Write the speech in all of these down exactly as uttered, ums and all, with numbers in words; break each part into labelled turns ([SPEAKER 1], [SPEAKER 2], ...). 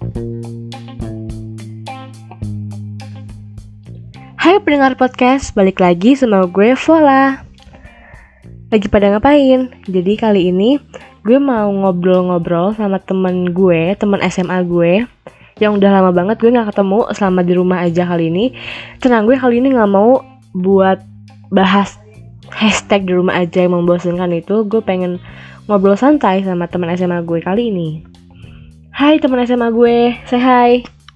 [SPEAKER 1] Hai pendengar podcast, balik lagi sama gue Vola. Lagi pada ngapain? Jadi kali ini gue mau ngobrol-ngobrol sama temen gue, temen S M A gue yang udah lama banget gue gak ketemu selama di rumah aja kali ini. Tenang, gue kali ini gak mau buat bahas hashtag di rumah aja yang membosankan itu. Gue pengen ngobrol santai sama temen S M A gue kali ini. Hai temen S M A gue, say hi.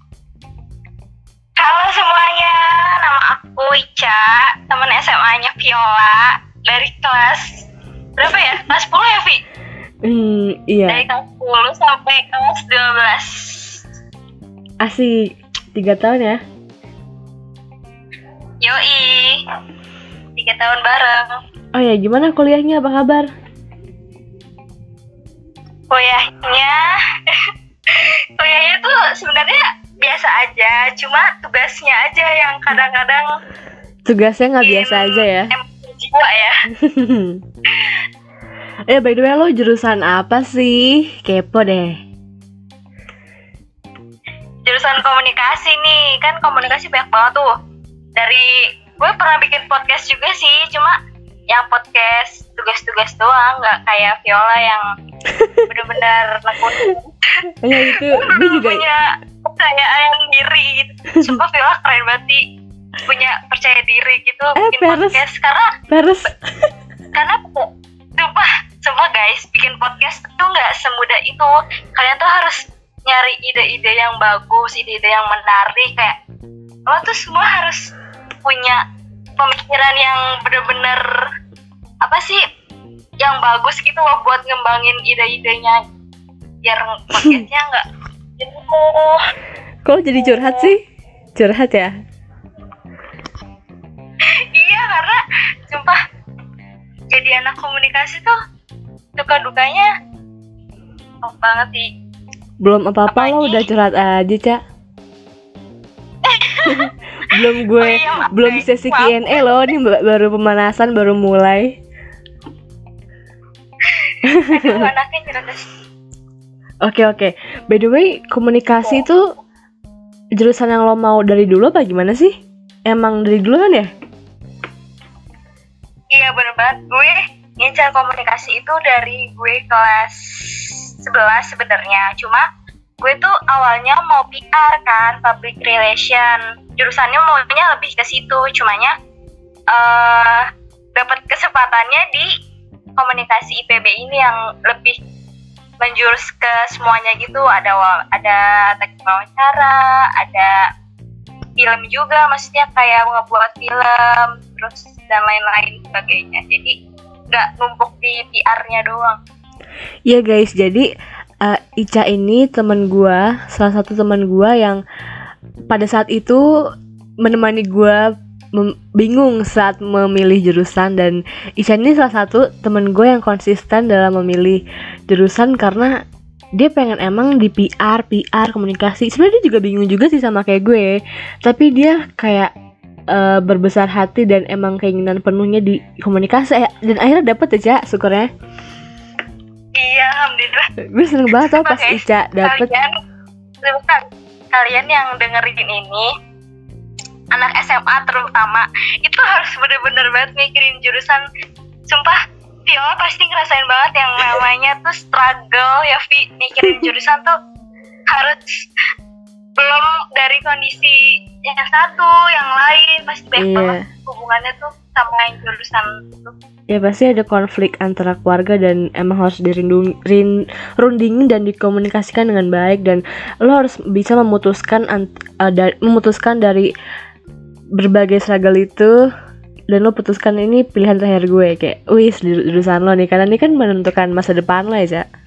[SPEAKER 2] Halo semuanya, nama aku Ica, temen S M A-nya Viola dari kelas berapa ya? Kelas sepuluh ya, Vi?
[SPEAKER 1] Hmm, iya.
[SPEAKER 2] Dari kelas sepuluh sampai kelas dua belas.
[SPEAKER 1] Asik, tiga tahun ya?
[SPEAKER 2] Yoi, tiga tahun bareng.
[SPEAKER 1] Oh ya, gimana kuliahnya, apa kabar?
[SPEAKER 2] Kuliahnya, kuliahnya tuh sebenarnya biasa aja, cuma tugasnya aja yang kadang-kadang
[SPEAKER 1] Tugasnya nggak biasa aja ya?
[SPEAKER 2] emosi jiwa ya.
[SPEAKER 1] Eh, by the way, lo jurusan apa sih? Kepo deh.
[SPEAKER 2] Jurusan komunikasi nih, kan komunikasi banyak banget tuh. Dari gue pernah bikin podcast juga sih, cuma yang podcast tugas-tugas doang, nggak kayak Viola yang bener-bener nekunin.
[SPEAKER 1] Ya itu, gue juga
[SPEAKER 2] punya kepercayaan diri gitu. Sumpah Viola keren banget sih, punya percaya diri gitu
[SPEAKER 1] Eh,
[SPEAKER 2] bikin
[SPEAKER 1] peres.
[SPEAKER 2] podcast. Karena
[SPEAKER 1] Peres.
[SPEAKER 2] karena sumpah, sumpah guys, bikin podcast tuh nggak semudah itu. Kalian tuh harus nyari ide-ide yang bagus, ide-ide yang menarik. Kayak lo tuh semua harus punya pemikiran yang bener-bener apa sih, yang bagus gitu loh buat ngembangin ide-idenya biar podcastnya nggak gitu.
[SPEAKER 1] Kok jadi curhat sih? Curhat ya?
[SPEAKER 2] Iya, karena sumpah jadi anak komunikasi tuh suka dukanya top banget sih.
[SPEAKER 1] Belum apa-apa lo
[SPEAKER 2] Apalagi-
[SPEAKER 1] udah curhat aja, Cak. belum gue,
[SPEAKER 2] Oh iya, maaf,
[SPEAKER 1] belum
[SPEAKER 2] guys.
[SPEAKER 1] sesi
[SPEAKER 2] Maaf.
[SPEAKER 1] Q and A lo, ini ba- baru pemanasan, baru mulai.
[SPEAKER 2] Aduh, anaknya cerdas.
[SPEAKER 1] Oke oke. By the way, komunikasi itu jurusan yang lo mau dari dulu apa gimana sih? Emang dari dulu kan ya?
[SPEAKER 2] Iya bener banget, gue ngincar komunikasi itu dari gue kelas sebelas sebenarnya. Cuma gue tuh awalnya mau P R kan, public relation. Jurusannya maunya lebih ke situ, cumanya eh dapat kesempatannya di komunikasi I P B ini yang lebih menjurus ke semuanya gitu. Ada wa- ada teknik wawancara, ada film juga, maksudnya kayak ngebuat film, terus dan lain-lain sebagainya. Jadi nggak numpuk di P R-nya doang.
[SPEAKER 1] Iya guys, jadi uh, Ica ini teman gua, salah satu teman gua yang pada saat itu menemani gua mem- bingung saat memilih jurusan, dan Ica ini salah satu teman gue yang konsisten dalam memilih jurusan karena dia pengen emang di P R, P R komunikasi. Sebenarnya dia juga bingung juga sih sama kayak gue, tapi dia kayak uh, berbesar hati dan emang keinginan penuhnya di komunikasi, dan akhirnya dapet ya, Cak, syukurnya.
[SPEAKER 2] Iya, alhamdulillah.
[SPEAKER 1] Gue seneng banget tau pas
[SPEAKER 2] Oke,
[SPEAKER 1] Ica dapet.
[SPEAKER 2] Kalian, bukan, kalian yang dengerin ini, anak S M A terutama, itu harus bener-bener banget mikirin jurusan. Sumpah, Viola pasti ngerasain banget yang namanya tuh struggle ya, Vi. Mikirin jurusan tuh harus, belum dari kondisi yang satu, yang lain, pasti banyak
[SPEAKER 1] Iya.
[SPEAKER 2] banget hubungannya tuh sama yang jurusan itu.
[SPEAKER 1] Ya pasti ada konflik antara keluarga dan emang harus dirundingin dan dikomunikasikan dengan baik, dan lo harus bisa memutuskan ant- uh, da- memutuskan dari berbagai struggle itu, dan lo putuskan ini pilihan terakhir gue, kayak wis jurusan lo nih, karena ini kan menentukan masa depan lo ya, Cak.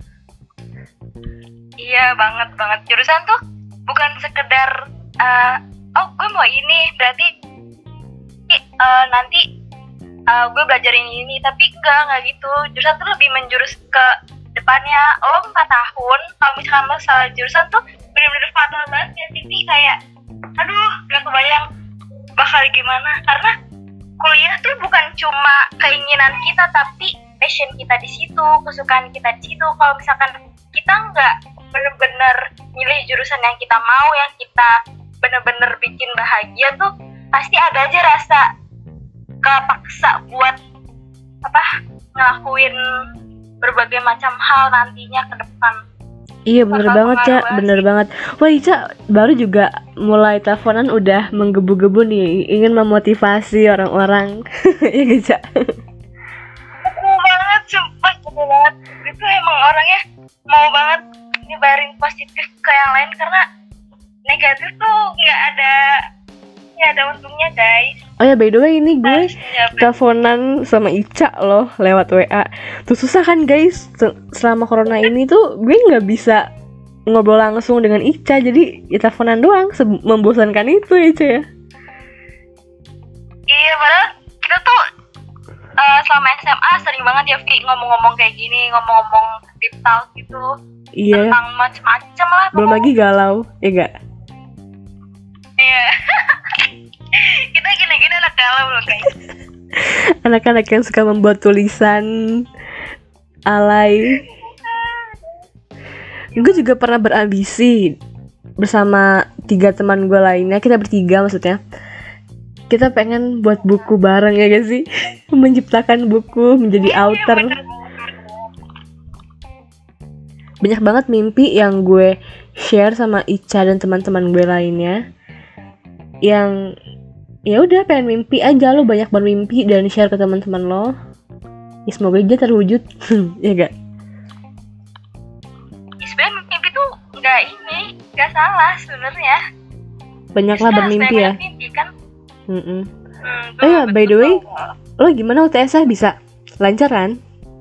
[SPEAKER 2] Iya banget banget, jurusan tuh bukan sekedar uh, oh gue mau ini berarti uh, nanti uh, gue belajar ini ini, tapi enggak enggak gitu. Jurusan tuh lebih menjurus ke depannya. Lo empat tahun, kalau misalkan lo salah jurusan tuh bener-bener fatal banget ya, Titi. Kayak aduh gak kebayang bakal gimana, karena kuliah tuh bukan cuma keinginan kita, tapi passion kita di situ, kesukaan kita di situ. Kalau misalkan kita nggak bener-bener milih jurusan jurusan yang kita mau, yang kita bener-bener bikin bahagia tuh pasti ada aja rasa kepaksa buat apa ngelakuin berbagai macam hal nantinya ke depan.
[SPEAKER 1] Iya bener
[SPEAKER 2] Bakal
[SPEAKER 1] banget Ca,
[SPEAKER 2] pengaruh
[SPEAKER 1] bener
[SPEAKER 2] sih.
[SPEAKER 1] banget. Wah Ica baru juga mulai teleponan udah menggebu-gebu nih, ingin memotivasi orang-orang. Iya gak Ca?
[SPEAKER 2] Mau banget, sumpah gitu banget. Itu emang orangnya mau banget nyebarin positif ke yang lain, karena negatif tuh nggak ada nggak ada untungnya guys.
[SPEAKER 1] Oh ya by the way ini gue
[SPEAKER 2] Harus nyebarin.
[SPEAKER 1] teleponan sama Ica loh lewat W A. Tuh susah kan guys, Se- selama corona ini tuh gue nggak bisa ngobrol langsung dengan Ica, jadi ya teleponan doang, Se- membosankan itu ya Ica ya.
[SPEAKER 2] Iya, padahal kita tuh eh, selama S M A sering banget ya Vi ngomong-ngomong kayak gini, ngomong-ngomong deep talk gitu
[SPEAKER 1] Iya,
[SPEAKER 2] tentang macem-macem lah.
[SPEAKER 1] belum lagi galau, ya gak?
[SPEAKER 2] Iya. Kita gini-gini anak galau loh guys.
[SPEAKER 1] Anak-anak yang suka membuat tulisan alay. Gue juga pernah berambisi bersama tiga teman gue lainnya, kita bertiga maksudnya. Kita pengen buat buku bareng ya gak sih? Menciptakan buku menjadi author. Banyak banget mimpi yang gue share sama Ica dan teman-teman gue lainnya. Yang ya udah pengen mimpi aja, lo banyak bermimpi dan share ke teman-teman lo. Ya semoga aja terwujud. Ya gak?
[SPEAKER 2] Ya, sebenarnya mimpi tuh nggak ini, nggak salah sebenarnya.
[SPEAKER 1] Banyak lah
[SPEAKER 2] Justru
[SPEAKER 1] bermimpi
[SPEAKER 2] harus
[SPEAKER 1] ya.
[SPEAKER 2] banyak mimpi kan.
[SPEAKER 1] Mm-mm.
[SPEAKER 2] Hmm,
[SPEAKER 1] Oh ya,
[SPEAKER 2] betul,
[SPEAKER 1] by the way,
[SPEAKER 2] betul.
[SPEAKER 1] lo gimana U T S-nya bisa? Lancar kan?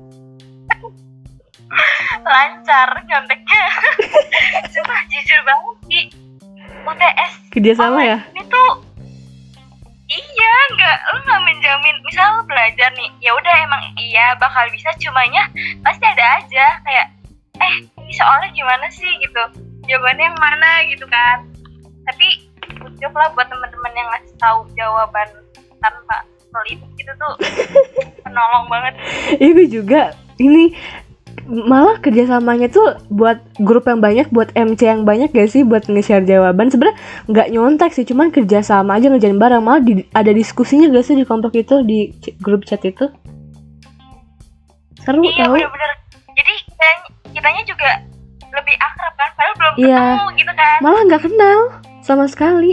[SPEAKER 2] Lancar nyonteknya. Sumpah jujur banget sih. U T S
[SPEAKER 1] Kerjasama ya?
[SPEAKER 2] ini tuh iya, nggak, lu nggak menjamin. Misal lu belajar nih, ya udah emang iya bakal bisa, cumanya pasti ada aja kayak eh ini soalnya gimana sih gitu, jawabannya yang mana gitu kan. Tapi ucap lah buat teman-teman yang ngasih tahu jawaban tanpa pelit gitu tuh penolong banget.
[SPEAKER 1] Iya gue juga. Ini malah kerjasamanya tuh buat grup yang banyak, buat M C yang banyak gak sih, buat nge-share jawaban. Sebenarnya nggak nyontek sih, cuman kerjasama aja ngerjain bareng. Malah di, ada diskusinya gak sih di kelompok itu, di c- grup chat itu. Seru
[SPEAKER 2] Iya
[SPEAKER 1] tau.
[SPEAKER 2] bener-bener. Jadi kitanya, kitanya juga lebih akrab kan, padahal belum
[SPEAKER 1] Iya.
[SPEAKER 2] ketemu gitu kan.
[SPEAKER 1] Malah nggak kenal sama sekali.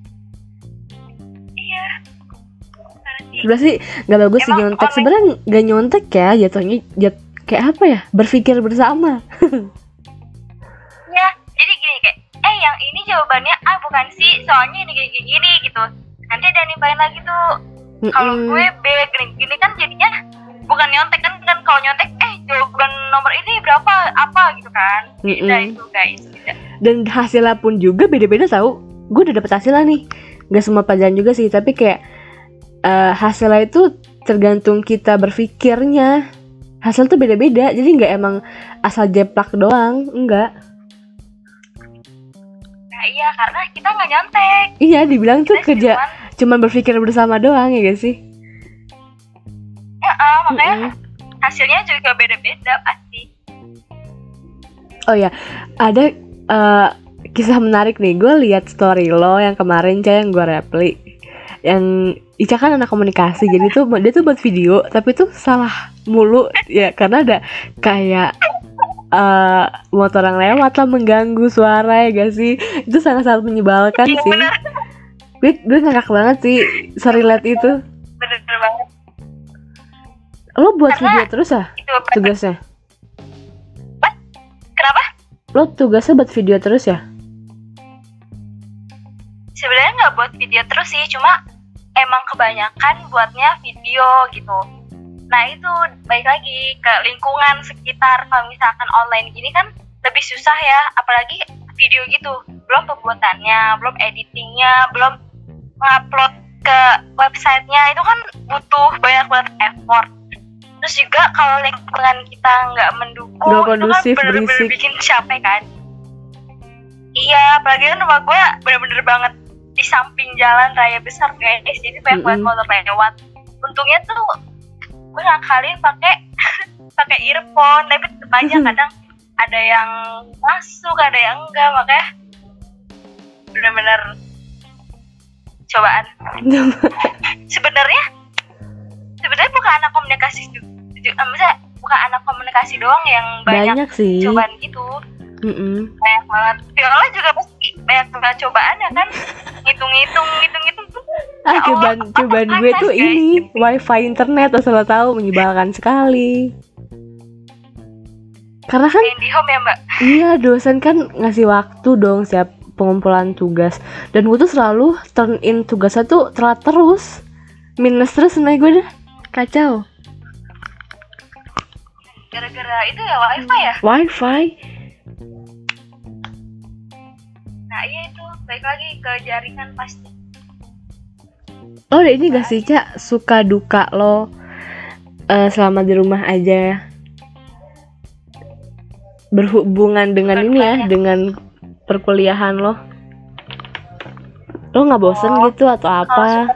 [SPEAKER 2] Iya.
[SPEAKER 1] Sebenarnya sih nggak bagus sih
[SPEAKER 2] Emang
[SPEAKER 1] nyontek.
[SPEAKER 2] online-
[SPEAKER 1] Sebenarnya nggak nyontek ya, jatuhnya jat, kayak apa ya? Berpikir bersama.
[SPEAKER 2] Ya, jadi gini kayak, eh yang ini jawabannya A bukan sih, soalnya ini gini gini, gini gitu. Nanti ada nimpain lagi tuh. Kalau
[SPEAKER 1] Mm-mm.
[SPEAKER 2] gue B gini gini kan jadinya bukan nyontek kan, kan kalau nyontek eh jawaban nomor ini berapa apa gitu kan. Beda
[SPEAKER 1] Mm-mm.
[SPEAKER 2] itu guys. Beda.
[SPEAKER 1] Dan hasilnya pun juga beda-beda tau. Gue udah dapet hasilnya nih. Gak semua pelajaran juga sih, tapi kayak eh, hasilnya itu tergantung kita berpikirnya. Hasil tuh beda-beda, jadi nggak emang asal jeplak doang, enggak.
[SPEAKER 2] Nah iya, karena kita nggak nyontek.
[SPEAKER 1] Iya, dibilang tuh
[SPEAKER 2] Kita
[SPEAKER 1] kerja
[SPEAKER 2] cuman,
[SPEAKER 1] cuman berpikir bersama doang ya gak sih?
[SPEAKER 2] ya, ah, makanya
[SPEAKER 1] Mm-mm.
[SPEAKER 2] hasilnya juga beda-beda pasti.
[SPEAKER 1] Oh ya, ada eh, kisah menarik nih. Gue lihat story lo yang kemarin, Ca, yang gue reply. Yang Ica kan anak komunikasi, jadi tuh dia tuh buat video, tapi tuh salah mulu ya, karena ada kayak eh, motor yang lewat lah mengganggu suara ya gak sih? Itu sangat-sangat menyebalkan
[SPEAKER 2] Iya,
[SPEAKER 1] sih.
[SPEAKER 2] bener.
[SPEAKER 1] Gue gue ngakak banget sih serelate itu.
[SPEAKER 2] Bener banget.
[SPEAKER 1] Lo buat
[SPEAKER 2] Karena
[SPEAKER 1] video terus ya
[SPEAKER 2] itu
[SPEAKER 1] tugasnya?
[SPEAKER 2] kenapa?
[SPEAKER 1] Lo tugasnya buat video terus ya?
[SPEAKER 2] Sebenarnya nggak buat video terus sih, cuma emang kebanyakan buatnya video gitu. Nah itu baik lagi ke lingkungan sekitar. Kalau misalkan online gini kan lebih susah ya, apalagi video gitu. Belum pembuatannya, belum editingnya, belum ngupload ke websitenya, itu kan butuh banyak banget effort. Terus juga kalau lingkungan kita nggak mendukung,
[SPEAKER 1] Nggak
[SPEAKER 2] itu kan
[SPEAKER 1] kondusif,
[SPEAKER 2] bener-bener
[SPEAKER 1] berisik.
[SPEAKER 2] bikin capek kan. Iya, apalagi kan rumah gue bener-bener banget di samping jalan raya besar guys, jadi banyak banget
[SPEAKER 1] Mm-mm.
[SPEAKER 2] motor lewat. Untungnya tuh gue ngakalin pakai pakai earphone, tapi tetep aja kadang ada yang masuk, ada yang enggak, makanya benar-benar cobaan. Sebenarnya sebenarnya bukan anak komunikasi juga, maksudnya bukan anak komunikasi doang yang banyak,
[SPEAKER 1] banyak sih
[SPEAKER 2] cobaan gitu.
[SPEAKER 1] Mm-mm.
[SPEAKER 2] Banyak banget. Viola juga pasti banyak banget cobaan ya kan, ngitung-ngitung ngitung-ngitung tuh.
[SPEAKER 1] Ah,
[SPEAKER 2] Ya Allah,
[SPEAKER 1] cobaan cobaan gue tuh
[SPEAKER 2] guys.
[SPEAKER 1] ini wifi internet, asal lo tahu, menyebalkan sekali. Karena kan
[SPEAKER 2] Yang di home ya mbak.
[SPEAKER 1] iya, dosen kan ngasih waktu dong siap pengumpulan tugas, dan gue tuh selalu turn in tugasnya tuh telat terus, minus terus nih gue dah kacau.
[SPEAKER 2] Gara-gara itu ya wifi ya.
[SPEAKER 1] Wifi.
[SPEAKER 2] Nah iya itu balik lagi ke jaringan pasti.
[SPEAKER 1] Oh, ada ini gak sih Cak, suka duka lo eh, selama di rumah aja berhubungan dengan ini ya, dengan perkuliahan lo? Lo nggak bosen
[SPEAKER 2] Oh,
[SPEAKER 1] gitu atau apa?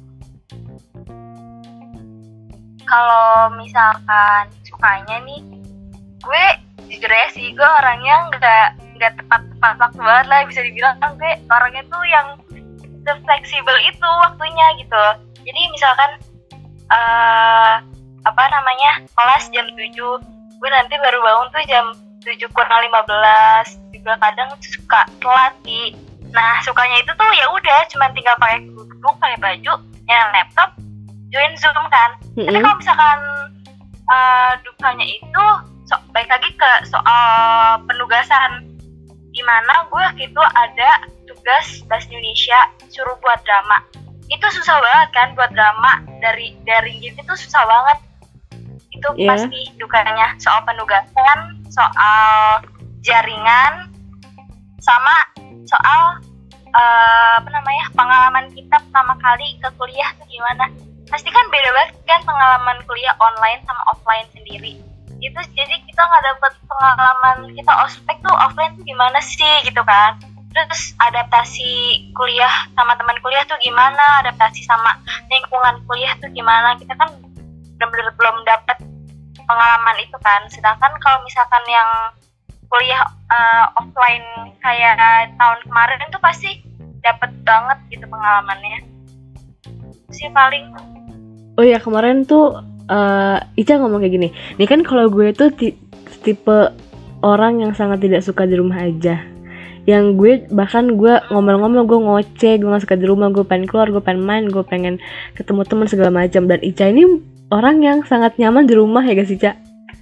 [SPEAKER 2] Kalau misalkan sukanya nih, gue jujur ya sih, gue orangnya nggak nggak tepat-tepat waktu banget lah, bisa dibilang gue orangnya tuh yang fleksibel itu waktunya gitu. Jadi misalkan uh, apa namanya kelas jam tujuh, gue nanti baru bangun tuh jam tujuh kurang lima belas, juga kadang suka telat sih. Nah sukanya itu tuh ya udah cuma tinggal pakai duduk, pakai baju, nyalain laptop, join Zoom kan.
[SPEAKER 1] Mm-mm.
[SPEAKER 2] Tapi kalau misalkan uh, dukanya itu so, baik lagi ke soal penugasan, dimana gue waktu itu ada tugas bahasa Indonesia suruh buat drama. Itu susah banget kan buat drama dari daring gitu, tuh susah banget. Itu
[SPEAKER 1] Yeah.
[SPEAKER 2] pasti dukanya soal penugasan, soal jaringan, sama soal uh, apa namanya pengalaman kita pertama kali ke kuliah tuh gimana. Pasti kan beda banget kan pengalaman kuliah online sama offline sendiri. Itu jadi kita nggak dapet pengalaman kita ospek tuh offline tuh gimana sih gitu kan. Terus adaptasi kuliah sama teman kuliah tuh gimana, adaptasi sama lingkungan kuliah tuh gimana. Kita kan benar-benar belum dapet pengalaman itu kan. Sedangkan kalau misalkan yang kuliah uh, offline kayak tahun kemarin itu pasti dapet banget gitu pengalamannya. Sih paling.
[SPEAKER 1] Oh ya, kemarin tuh uh, Ica ngomong kayak gini. Nih kan kalau gue tuh ti- tipe orang yang sangat tidak suka di rumah aja. Yang gue bahkan gue ngomel-ngomel, gue ngoceh, gue gak suka di rumah, gue pengen keluar, gue pengen main, gue pengen ketemu teman segala macam. Dan Ica ini orang yang sangat nyaman di rumah ya guys Ica.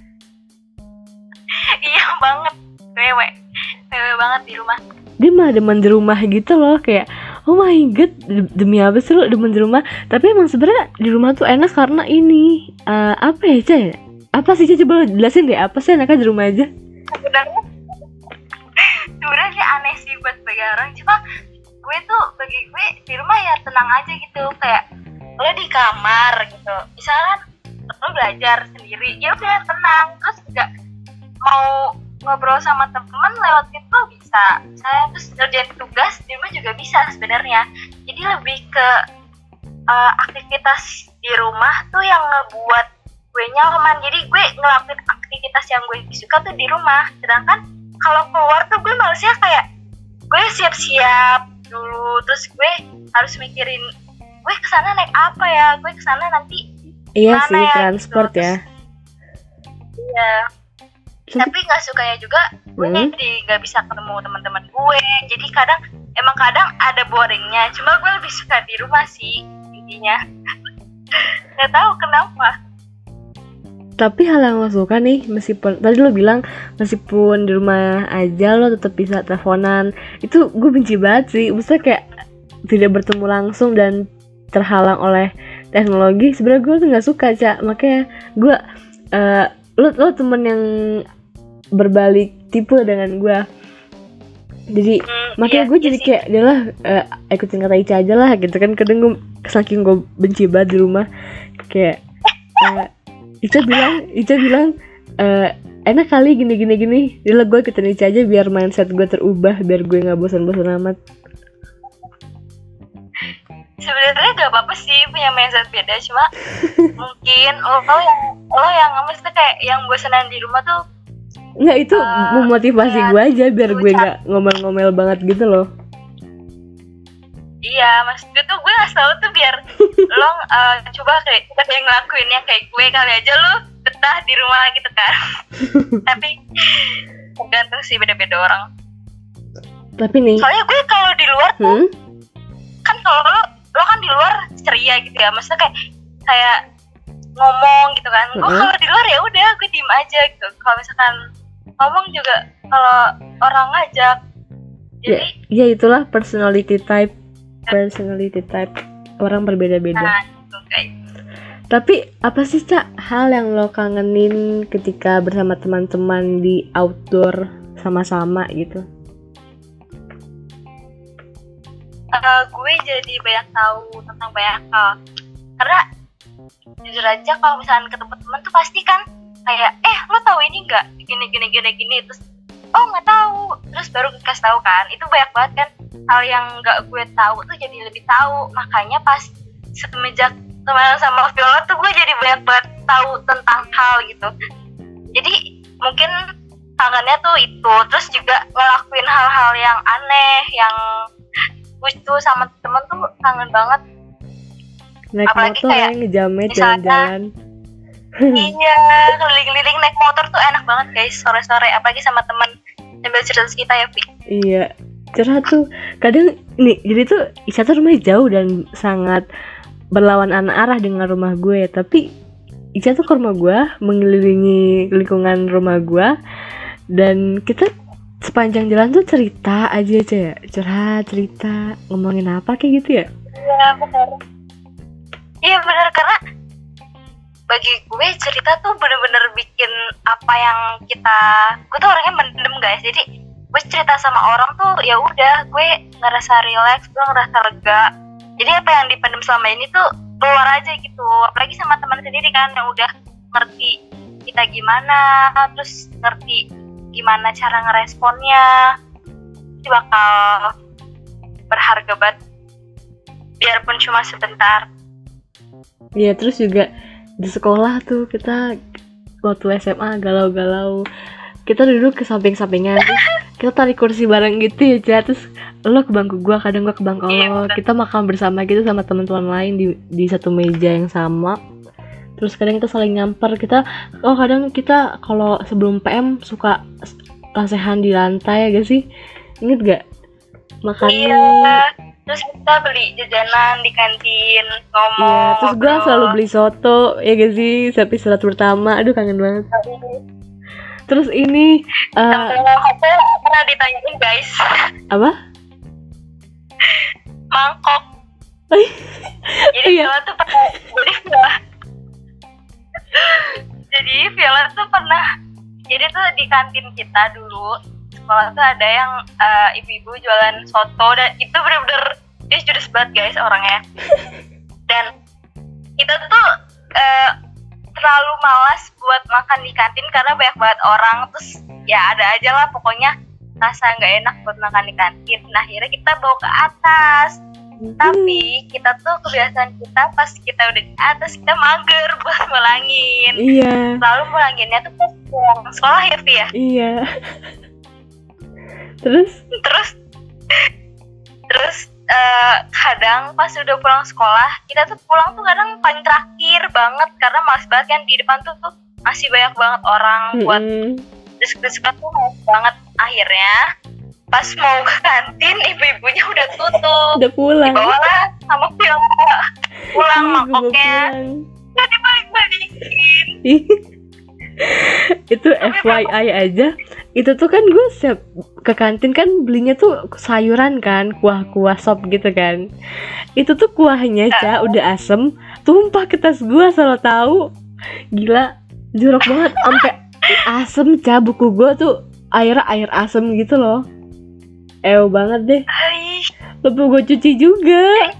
[SPEAKER 2] Iya banget, wewe, wewe banget di rumah.
[SPEAKER 1] Dia mah demen di rumah gitu loh, kayak oh my god, demi apa sih lo demen di rumah? Tapi emang sebenarnya di rumah tuh enak karena ini uh, apa ya Ica ya? Apa sih Ica, coba lo jelasin deh, apa sih enaknya di rumah aja?
[SPEAKER 2] Sebenarnya sebenarnya sih aneh sih buat bagi orang, cuma gue tuh bagi gue di rumah ya tenang aja gitu, kayak lo di kamar gitu, misalkan lo belajar sendiri ya udah tenang, terus juga mau ngobrol sama teman lewat itu bisa, saya terus ngerjain tugas di rumah juga bisa sebenarnya. Jadi lebih ke uh, aktivitas di rumah tuh yang ngebuat gue nyaman, jadi gue ngelakuin aktivitas yang gue suka tuh di rumah. Sedangkan kalau keluar tuh gue malesnya kayak gue siap-siap dulu, terus gue harus mikirin gue kesana naik apa ya, gue kesana nanti
[SPEAKER 1] Iya
[SPEAKER 2] mana
[SPEAKER 1] sih,
[SPEAKER 2] ya,
[SPEAKER 1] transport
[SPEAKER 2] gitu.
[SPEAKER 1] ya.
[SPEAKER 2] Iya. Tapi nggak sukanya juga gue
[SPEAKER 1] Hmm.
[SPEAKER 2] jadi nggak bisa ketemu teman-teman gue. Jadi kadang emang kadang ada boringnya. Cuma gue lebih suka di rumah sih intinya. Nggak tahu kenapa.
[SPEAKER 1] Tapi hal yang lo suka nih, meskipun tadi lo bilang meskipun di rumah aja lo tetap bisa teleponan, itu gue benci banget sih. Maksudnya kayak tidak bertemu langsung dan terhalang oleh teknologi. Sebenarnya gue tuh nggak suka Cak. Makanya gue uh, lo lo temen yang berbalik tipe dengan gue. Jadi
[SPEAKER 2] Hmm,
[SPEAKER 1] makanya
[SPEAKER 2] iya,
[SPEAKER 1] gue
[SPEAKER 2] iya
[SPEAKER 1] jadi
[SPEAKER 2] sih.
[SPEAKER 1] kayak adalah uh, ikutin kata Ica aja lah gitu kan. Kadang gue saking gue benci banget di rumah, kayak uh, Ica bilang Ica bilang uh, enak kali gini gini gini. Jadi gue ikutin Ica aja biar mindset gue terubah, biar gue nggak bosan-bosan amat.
[SPEAKER 2] Sebenarnya gak apa-apa sih punya mindset beda, cuma mungkin lo, lo yang lo yang maksudnya kayak yang bosanan di rumah tuh.
[SPEAKER 1] Nggak, itu
[SPEAKER 2] Uh,
[SPEAKER 1] memotivasi
[SPEAKER 2] ya,
[SPEAKER 1] gue aja biar gue
[SPEAKER 2] Ica.
[SPEAKER 1] nggak ngomel-ngomel banget gitu loh.
[SPEAKER 2] Iya, maksud gue tuh gue ngasih tau tuh biar lo uh, coba kayak kita kayak ngelakuinnya kayak gue, kali aja lo betah di rumah gitu kan. Tapi tergantung sih, beda-beda orang.
[SPEAKER 1] Tapi nih,
[SPEAKER 2] soalnya gue kalau di luar tuh
[SPEAKER 1] hmm?
[SPEAKER 2] kan kalau lo lo kan di luar ceria gitu ya, maksudnya kayak kayak ngomong gitu kan. Gue
[SPEAKER 1] Mm-hmm.
[SPEAKER 2] kalau di luar ya udah gue diem aja gitu. Kalau misalkan ngomong juga kalau orang ngajak.
[SPEAKER 1] Ya,
[SPEAKER 2] Jadi
[SPEAKER 1] ya itulah personality type, personality type orang berbeda-beda.
[SPEAKER 2] nah gitu guys.
[SPEAKER 1] Tapi apa sih Cak hal yang lo kangenin ketika bersama teman-teman di outdoor sama-sama gitu?
[SPEAKER 2] Uh, gue jadi banyak tahu tentang banyak hal. Karena jujur aja kalau misalnya ketemu teman tuh pasti kan kayak eh lo tahu ini nggak gini gini gini gini, terus oh nggak tahu, terus baru dikasih tahu kan. Itu banyak banget kan hal yang nggak gue tahu tuh jadi lebih tahu. Makanya pas semenjak teman sama Viola tuh gue jadi banyak banget tahu tentang hal gitu. Jadi mungkin kangennya tuh itu, terus juga ngelakuin hal-hal yang aneh, yang lucu sama temen tuh kangen banget.
[SPEAKER 1] Naik
[SPEAKER 2] Apalagi
[SPEAKER 1] motor
[SPEAKER 2] kayak
[SPEAKER 1] ya, ngejamet
[SPEAKER 2] misalnya-
[SPEAKER 1] jalan-jalan.
[SPEAKER 2] Iya, keliling-keliling naik motor tuh enak banget guys, sore-sore, apalagi sama teman sambil cerita kita ya, Vi.
[SPEAKER 1] Iya, cerah tuh. Kadang nih, jadi tuh Ica tuh rumahnya jauh dan sangat berlawanan arah dengan rumah gue. Tapi Ica tuh ke rumah gue, mengelilingi lingkungan rumah gue, dan kita sepanjang jalan tuh cerita aja aja ya, cerah cerita, ngomongin apa kayak gitu ya.
[SPEAKER 2] Iya benar. Iya benar, karena bagi gue cerita tuh bener-bener bikin apa yang kita, gue tuh orangnya mendem guys. Jadi gue cerita sama orang tuh ya udah gue ngerasa relax, gue ngerasa lega. Jadi apa yang dipendam selama ini tuh keluar aja gitu. Apalagi sama teman sendiri kan yang udah ngerti kita gimana, terus ngerti gimana cara ngeresponnya. Itu bakal berharga banget, biarpun cuma sebentar.
[SPEAKER 1] Iya, terus juga di sekolah tuh kita waktu S M A galau-galau, kita duduk ke samping-sampingan, terus kita tarik kursi bareng gitu ya Ca. Terus lo ke bangku gua, kadang gua ke bangku
[SPEAKER 2] Iya,
[SPEAKER 1] lo,
[SPEAKER 2] betul.
[SPEAKER 1] kita makan bersama gitu sama teman-teman lain di di satu meja yang sama. Terus kadang kita saling nyamper, kita oh kadang kita kalau sebelum P M suka lesehan di lantai ya gak sih? Ingat gak? Makan
[SPEAKER 2] Iya,
[SPEAKER 1] mie.
[SPEAKER 2] terus kita beli jajanan di kantin, ngomong.
[SPEAKER 1] Iya, terus gua
[SPEAKER 2] ngobrol.
[SPEAKER 1] selalu beli soto ya gak sih? Sampai salat pertama, aduh kangen banget. Terus ini uh,
[SPEAKER 2] Sampai mangkoknya pernah ditanyain guys.
[SPEAKER 1] apa?
[SPEAKER 2] Mangkok. Jadi
[SPEAKER 1] Iya.
[SPEAKER 2] Viola tuh pernah jadi Viola. Jadi Viola tuh pernah. Jadi tuh di kantin kita dulu sekolah tuh ada yang uh, ibu-ibu jualan soto, dan itu bener-bener dia judes banget guys orangnya. Dan kita tuh uh, terlalu malas buat makan di kantin karena banyak banget orang, terus ya ada aja lah pokoknya rasa nggak enak buat makan di kantin. Nah akhirnya kita bawa ke atas. Tapi kita tuh kebiasaan kita pas kita udah di atas kita mager buat ngulangin.
[SPEAKER 1] Iya.
[SPEAKER 2] Lalu ngulanginnya tuh pas pulang sekolah ya Vi ya.
[SPEAKER 1] Iya. Terus
[SPEAKER 2] Terus terus eh, kadang pas udah pulang sekolah kita tuh pulang tuh kadang paling terakhir banget karena malas banget kan, di depan tuh tuh masih banyak banget orang buat
[SPEAKER 1] mm-mm.
[SPEAKER 2] desek-desekan tuh malas banget. Akhirnya pas mau ke kantin ibu-ibunya udah tutup.
[SPEAKER 1] udah pulang.
[SPEAKER 2] Dibawalah sama Viola pulang
[SPEAKER 1] Ih, gua
[SPEAKER 2] mangkoknya
[SPEAKER 1] pulang.
[SPEAKER 2] udah dibalik-balikin.
[SPEAKER 1] Ih. Itu F Y I aja. Itu tuh kan gue siap ke kantin kan belinya tuh sayuran kan, kuah-kuah sop gitu kan. Itu tuh kuahnya Ca udah asem, tumpah ke tas gue, selalu tahu. Gila, jorok banget, sampai asem Ca, buku gue tuh airnya air asem gitu loh. Ew banget deh.
[SPEAKER 2] Hai,
[SPEAKER 1] Lepas gue cuci juga.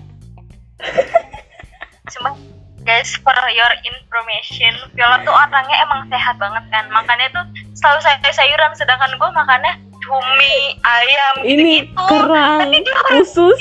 [SPEAKER 2] cuma guys for your information, Viola tuh orangnya emang sehat banget kan, makannya tuh selalu sayur-sayuran, sedangkan gue makannya cumi, ayam,
[SPEAKER 1] Ini
[SPEAKER 2] gitu-gitu.
[SPEAKER 1] kerang,
[SPEAKER 2] Tapi dia
[SPEAKER 1] usus.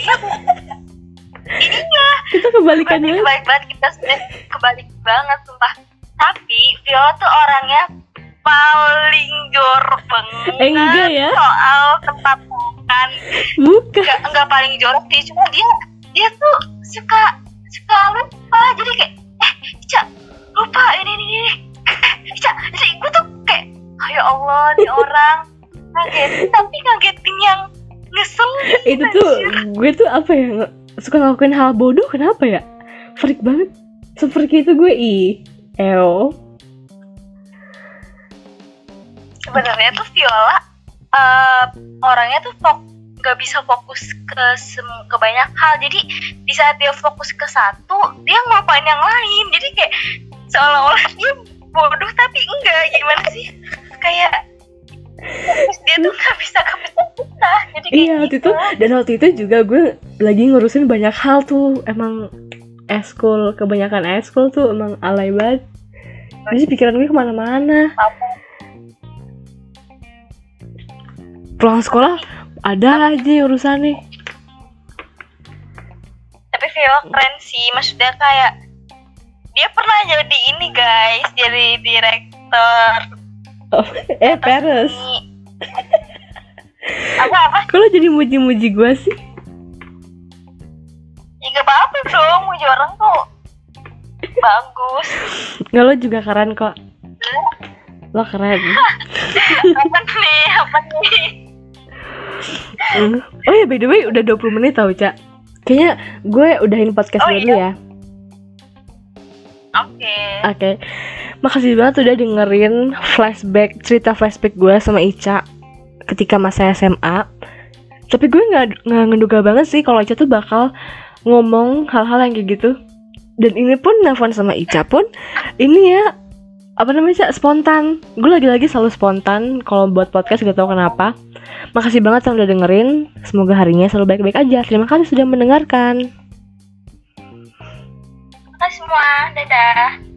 [SPEAKER 2] Iya,
[SPEAKER 1] Kita kebalikannya.
[SPEAKER 2] baik banget, kita sudah kebalik banget sumpah. Tapi Viola tuh orangnya paling jorok banget
[SPEAKER 1] Eh, enggak ya?
[SPEAKER 2] soal tempat makan.
[SPEAKER 1] Bukan.
[SPEAKER 2] Enggak, enggak paling jorok sih, cuma dia dia tuh suka suka lupa, jadi kayak eh Ica lupa ini ini ini eh Ica, jadi gue tuh kayak oh ya Allah nih orang ngagetin, tapi ngagetin yang ngeselin.
[SPEAKER 1] Itu tuh gue tuh apa ya, nge- suka ngelakuin hal bodoh, kenapa ya, freak banget seperti itu gue. Ih eo
[SPEAKER 2] sebenarnya tuh Viola uh, orangnya tuh fok nggak bisa fokus ke sem- ke banyak hal, jadi di saat dia fokus ke satu dia ngelupain yang lain, jadi kayak seolah-olah dia bodoh tapi enggak, gimana sih, kayak fokus dia tuh nggak bisa kepecah-pecah, jadi kayak
[SPEAKER 1] iya waktu
[SPEAKER 2] gitu.
[SPEAKER 1] itu. Dan waktu itu juga gue lagi ngurusin banyak hal tuh, emang eskul, kebanyakan eskul tuh emang alay banget, jadi pikiran gue kemana-mana. Pulang sekolah ada aja urusannya.
[SPEAKER 2] Tapi Viola keren sih, maksudnya kayak dia pernah jadi ini guys, jadi direktur
[SPEAKER 1] Oh, eh Peres,
[SPEAKER 2] apa-apa.
[SPEAKER 1] kok lo jadi muji-muji gue sih?
[SPEAKER 2] Ya gak apa-apa dong, muji orang tuh bagus.
[SPEAKER 1] Nggak, lo juga keren kok, lo keren.
[SPEAKER 2] Apa nih, apa nih?
[SPEAKER 1] Mm. Oh ya, by the way udah dua puluh menit tau Cak. Kayaknya gue udahin podcast
[SPEAKER 2] Oh,
[SPEAKER 1] dulu
[SPEAKER 2] iya?
[SPEAKER 1] ya.
[SPEAKER 2] Oke.
[SPEAKER 1] Oke, makasih banget udah dengerin flashback, cerita flashback gue sama Ica ketika masa S M A. Tapi gue nggak nggak ngeduga banget sih kalau Ica tuh bakal ngomong hal-hal yang kayak gitu. Dan ini pun nelfon sama Ica pun ini ya, apa namanya Cak, spontan. Gue lagi-lagi selalu spontan kalau buat podcast, gak tahu kenapa. Makasih banget yang udah dengerin. Semoga harinya selalu baik-baik aja. Terima kasih sudah mendengarkan.
[SPEAKER 2] Makasih semua, dadah.